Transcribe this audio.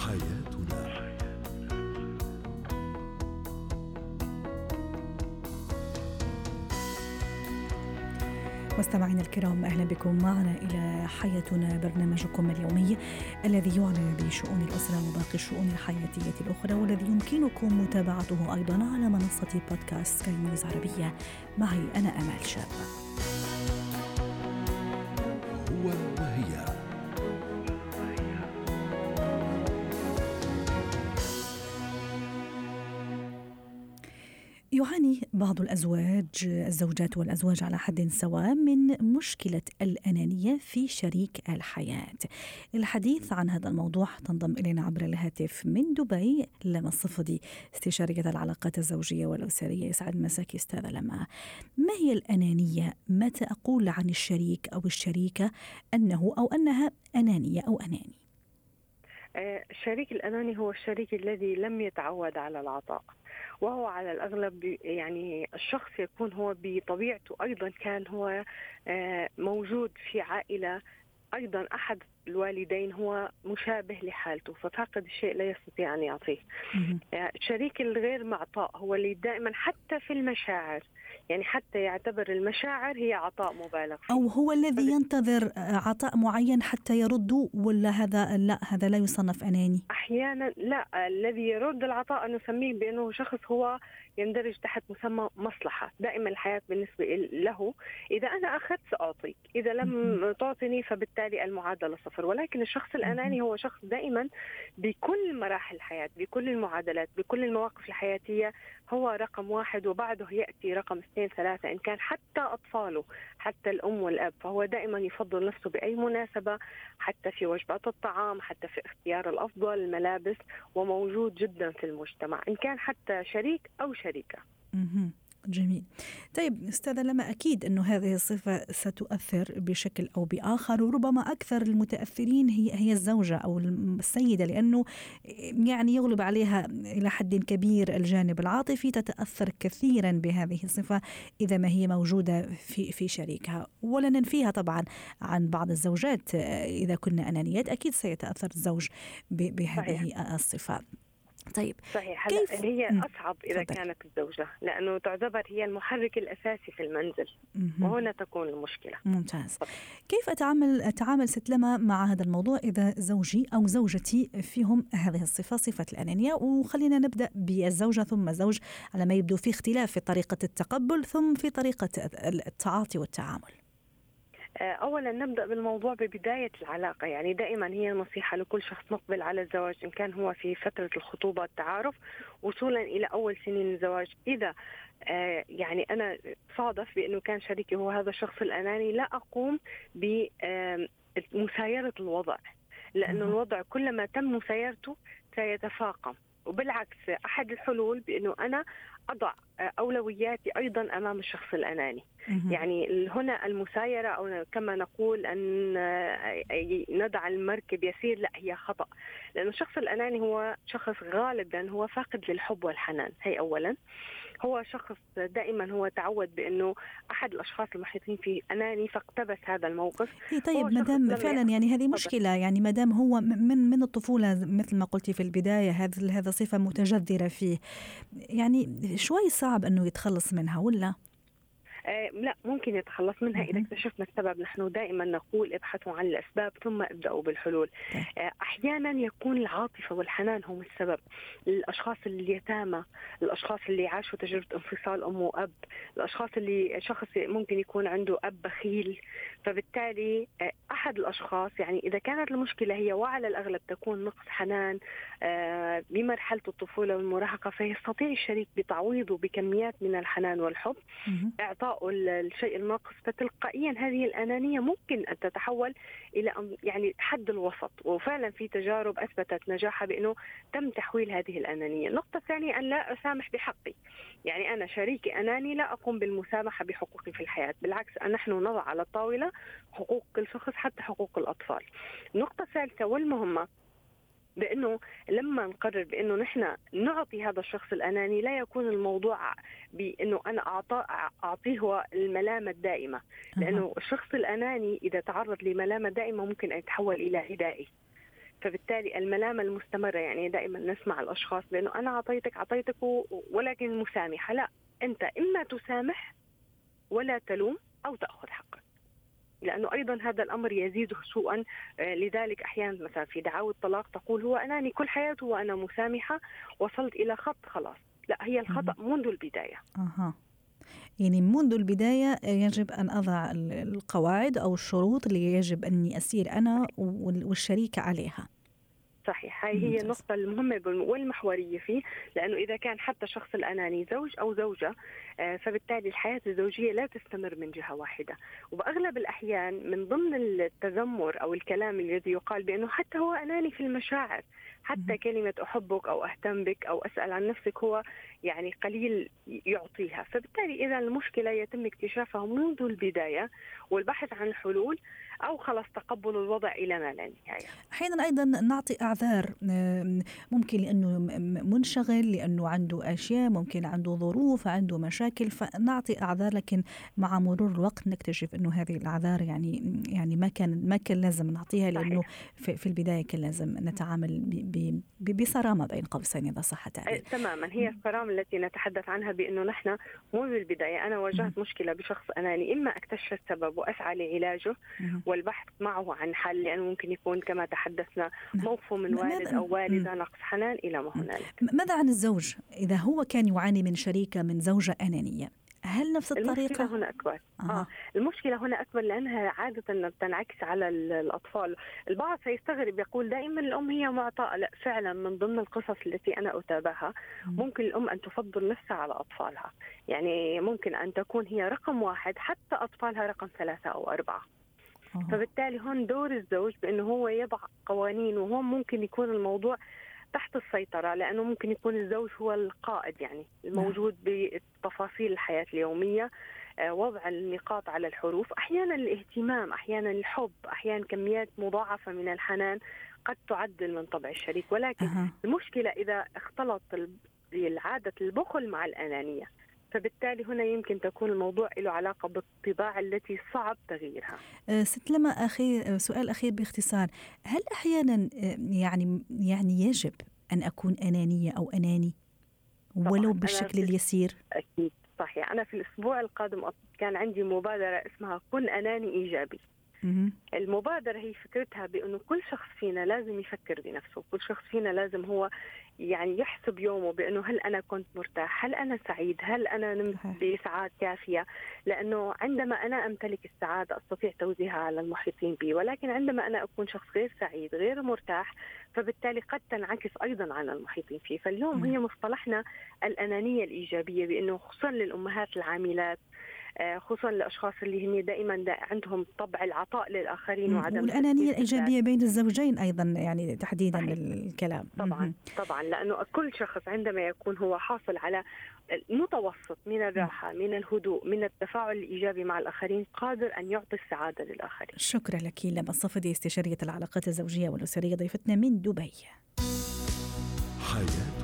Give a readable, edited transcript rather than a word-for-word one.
حياتنا. مستمعينا الكرام، أهلا بكم معنا إلى حياتنا، برنامجكم اليومي الذي يعنى بشؤون الأسرة وباقي الشؤون الحياتية الأخرى، والذي يمكنكم متابعته أيضا على منصة بودكاست سكاي نيوز عربية. معي أنا أمال شاب. هو وهي. يعاني بعض الزوجات والأزواج على حد سواء من مشكلة الأنانية في شريك الحياة. للحديث عن هذا الموضوع تنضم إلينا عبر الهاتف من دبي لما الصفدي، استشارية العلاقات الزوجية والأسرية. يسعد مساك أستاذة لما. ما هي الأنانية؟ متى أقول عن الشريك أو الشريكة أنه أو أنها أنانية أو أناني؟ الشريك الأناني هو الشريك الذي لم يتعود على العطاء، وهو على الأغلب يعني الشخص يكون هو بطبيعته أيضا كان هو موجود في عائلة أيضا أحد الوالدين هو مشابه لحالته، ففاقد الشيء لا يستطيع أن يعطيه. الشريك الغير معطاء هو اللي دائما حتى في المشاعر، يعني حتى يعتبر المشاعر هي عطاء مبالغ فيه، أو هو الذي ينتظر عطاء معين حتى يرد، ولا هذا لا يصنف أناني؟ أحيانا لا، الذي يرد العطاء نسميه بأنه شخص هو يندرج تحت مسمى مصلحة. دائما الحياة بالنسبة له إذا أنا أخذت سأعطيك، إذا لم تعطيني فبالتالي المعادلة صفر. ولكن الشخص الأناني هو شخص دائما بكل مراحل الحياة، بكل المعادلات، بكل المواقف الحياتية هو رقم واحد، وبعده يأتي رقم 2 3 إن كان حتى أطفاله، حتى الأم والأب. فهو دائما يفضل نفسه بأي مناسبة، حتى في وجبات الطعام، حتى في اختيار الأفضل، الملابس، وموجود جدا في المجتمع إن كان حتى شريك أو شريكة. جميل. طيب أستاذة لما، أكيد أنه هذه الصفة ستؤثر بشكل أو بآخر، وربما أكثر المتأثرين هي الزوجة أو السيدة، لأنه يعني يغلب عليها إلى حد كبير الجانب العاطفي، تتأثر كثيرا بهذه الصفة إذا ما هي موجودة في شريكها. ولا ننفيها طبعا عن بعض الزوجات، إذا كنا أنانيات أكيد سيتأثر الزوج بهذه الصفة. طيب صحيح. هي أصعب إذا كانت الزوجة، لأنه تعتبر هي المحرك الأساسي في المنزل، وهنا تكون المشكلة. ممتاز. كيف أتعامل ست لما مع هذا الموضوع إذا زوجي أو زوجتي فيهم هذه الصفة، صفة الأنانية؟ وخلينا نبدأ بالزوجة ثم الزوج، على ما يبدو في اختلاف في طريقة التقبل ثم في طريقة التعاطي والتعامل. أولا نبدأ بالموضوع ببداية العلاقة. يعني دائما هي نصيحة لكل شخص مقبل على الزواج، إن كان هو في فترة الخطوبة التعارف وصولا إلى أول سنين الزواج، إذا يعني أنا صادف بأنه كان شريكي هو هذا الشخص الأناني، لا أقوم بمسايرة الوضع، لأنه الوضع كلما تم مسايرته سيتفاقم. وبالعكس أحد الحلول بأنه أنا أضع أولوياتي أيضا أمام الشخص الأناني. يعني هنا المسايرة أو كما نقول أن نضع المركب يسير، لا، هي خطأ، لأن الشخص الأناني هو شخص غالبا هو فاقد للحب والحنان. هي أولا هو شخص دائما هو تعود بأنه أحد الأشخاص المحيطين فيه أناني، فاقتبس هذا الموقف. طيب مدام فعلا يعني هذه مشكلة، يعني مدام هو من الطفولة مثل ما قلتي في البداية هذا صفة متجذرة فيه، يعني شوي صعب أنه يتخلص منها، ولا؟ لا، ممكن يتخلص منها إذا اكتشفنا السبب. نحن دائما نقول ابحثوا عن الأسباب ثم ابدأوا بالحلول. أحيانا يكون العاطفة والحنان هم السبب. الأشخاص اليتامى، الأشخاص اللي عاشوا تجربة انفصال أم وأب، الأشخاص اللي شخص ممكن يكون عنده أب بخيل، فبالتالي أحد الأشخاص يعني إذا كانت المشكلة هي وعلى الأغلب تكون نقص حنان بمرحلة الطفولة والمراهقة، فيستطيع الشريك بتعويضه بكميات من الحنان والحب، إعطاء الشيء الناقص، فتلقائيا هذه الأنانية ممكن أن تتحول إلى يعني حد الوسط. وفعلا في تجارب أثبتت نجاحها بأنه تم تحويل هذه الأنانية. النقطة الثانية أن لا أسامح بحقي. يعني أنا شريكي أناني، لا أقوم بالمسامحة بحقوقي في الحياة، بالعكس نحن نضع على الطاولة حقوق كل شخص حتى حقوق الأطفال. النقطة الثالثة والمهمة بأنه لما نقرر بأنه نحن نعطي هذا الشخص الأناني، لا يكون الموضوع بأنه أنا أعطيه الملامة الدائمة، لأنه الشخص الأناني إذا تعرض لملامة دائمة ممكن أن يتحول إلى عدائي. فبالتالي الملامة المستمرة، يعني دائما نسمع الأشخاص بأنه أنا أعطيتك ولكن مسامحة. لا، أنت إما تسامح ولا تلوم أو تأخذ حقك، لأنه أيضا هذا الأمر يزيد سوءا. لذلك أحيانا مثلا في دعاوى الطلاق تقول هو أناني كل حياته وأنا مسامحة، وصلت إلى خط خلاص. لا، هي الخطأ منذ البداية. يعني منذ البداية يجب أن أضع القواعد أو الشروط اللي يجب أني أسير أنا والشريك عليها. صحيح، هي النقطة المهمة والمحورية فيه، لأنه إذا كان حتى شخص الأناني زوج أو زوجة، فبالتالي الحياة الزوجية لا تستمر من جهة واحدة. وبأغلب الأحيان من ضمن التذمر أو الكلام الذي يقال بأنه حتى هو أناني في المشاعر، حتى كلمة أحبك أو أهتم بك أو أسأل عن نفسك هو يعني قليل يعطيها. فبالتالي إذا المشكلة يتم اكتشافها منذ البداية والبحث عن الحلول، أو خلاص تقبل الوضع إلى ما لا نهاية. أحيانا أيضا نعطي أعذار، ممكن لأنه منشغل، لأنه عنده أشياء، ممكن عنده ظروف، عنده مشاكل، فنعطي أعذار. لكن مع مرور الوقت نكتشف أنه هذه الأعذار يعني ما كان لازم نعطيها، لأنه في البداية كان لازم نتعامل بصرامة بين قوسين إذا صح التعبير. تماما، هي الصرامة التي نتحدث عنها، بأنه نحن منذ البداية أنا واجهت مشكلة بشخص أناني، إما أكتشف السبب وأسعى لعلاجه والبحث معه عن حل، لأنه ممكن يكون كما تحدثنا موقفه من والد أو والدة، نقص حنان إلى ما هنالك. ماذا عن الزوج إذا هو كان يعاني من شريكة من زوجة أنانية؟ هل نفس الطريقة؟ المشكلة هنا أكبر. المشكلة هنا أكبر لأنها عادة بتنعكس على الأطفال. البعض سيستغرب يقول دائما الأم هي معطاء. لا، فعلا من ضمن القصص التي أنا أتابعها ممكن الأم أن تفضل نفسها على أطفالها، يعني ممكن أن تكون هي رقم 1 حتى أطفالها رقم 3 أو 4. فبالتالي هون دور الزوج بأنه هو يضع قوانين، وهو ممكن يكون الموضوع تحت السيطرة، لأنه ممكن يكون الزوج هو القائد، يعني الموجود بتفاصيل الحياة اليومية، وضع النقاط على الحروف، أحيانا الاهتمام، أحيانا الحب، أحيانا كميات مضاعفة من الحنان قد تعدل من طبع الشريك. ولكن المشكلة إذا اختلط عادة البخل مع الأنانية، فبالتالي هنا يمكن تكون الموضوع له علاقة بالطباع التي صعب تغييرها. ست لما سؤال أخير باختصار، هل أحيانا يعني يجب أن أكون أنانية أو أناني ولو بالشكل اليسير؟ أكيد صحيح. أنا في الأسبوع القادم كان عندي مبادرة اسمها كن أناني إيجابي. المبادرة هي فكرتها بأنه كل شخص فينا لازم يفكر بنفسه، كل شخص فينا لازم هو يعني يحسب يومه بأنه هل أنا كنت مرتاح، هل أنا سعيد، هل أنا نمت بساعات كافية. لأنه عندما أنا أمتلك السعادة أستطيع توزيعها على المحيطين بي، ولكن عندما أنا أكون شخص غير سعيد غير مرتاح، فبالتالي قد تنعكس أيضا على المحيطين فيه. فاليوم هي مصطلحنا الأنانية الإيجابية، بأنه خصوصا للأمهات العاملات، خصوصا الأشخاص اللي هم دائما عندهم طبع العطاء للآخرين وعدم والأنانية الإيجابية بين الزوجين أيضا، يعني تحديدا الكلام. طبعا لأنه كل شخص عندما يكون هو حاصل على متوسط من الراحة، من الهدوء، من التفاعل الإيجابي مع الآخرين، قادر أن يعطي السعادة للآخرين. شكرا لك لما الصفدي، استشارية العلاقات الزوجية والأسرية، ضيفتنا من دبي. حياة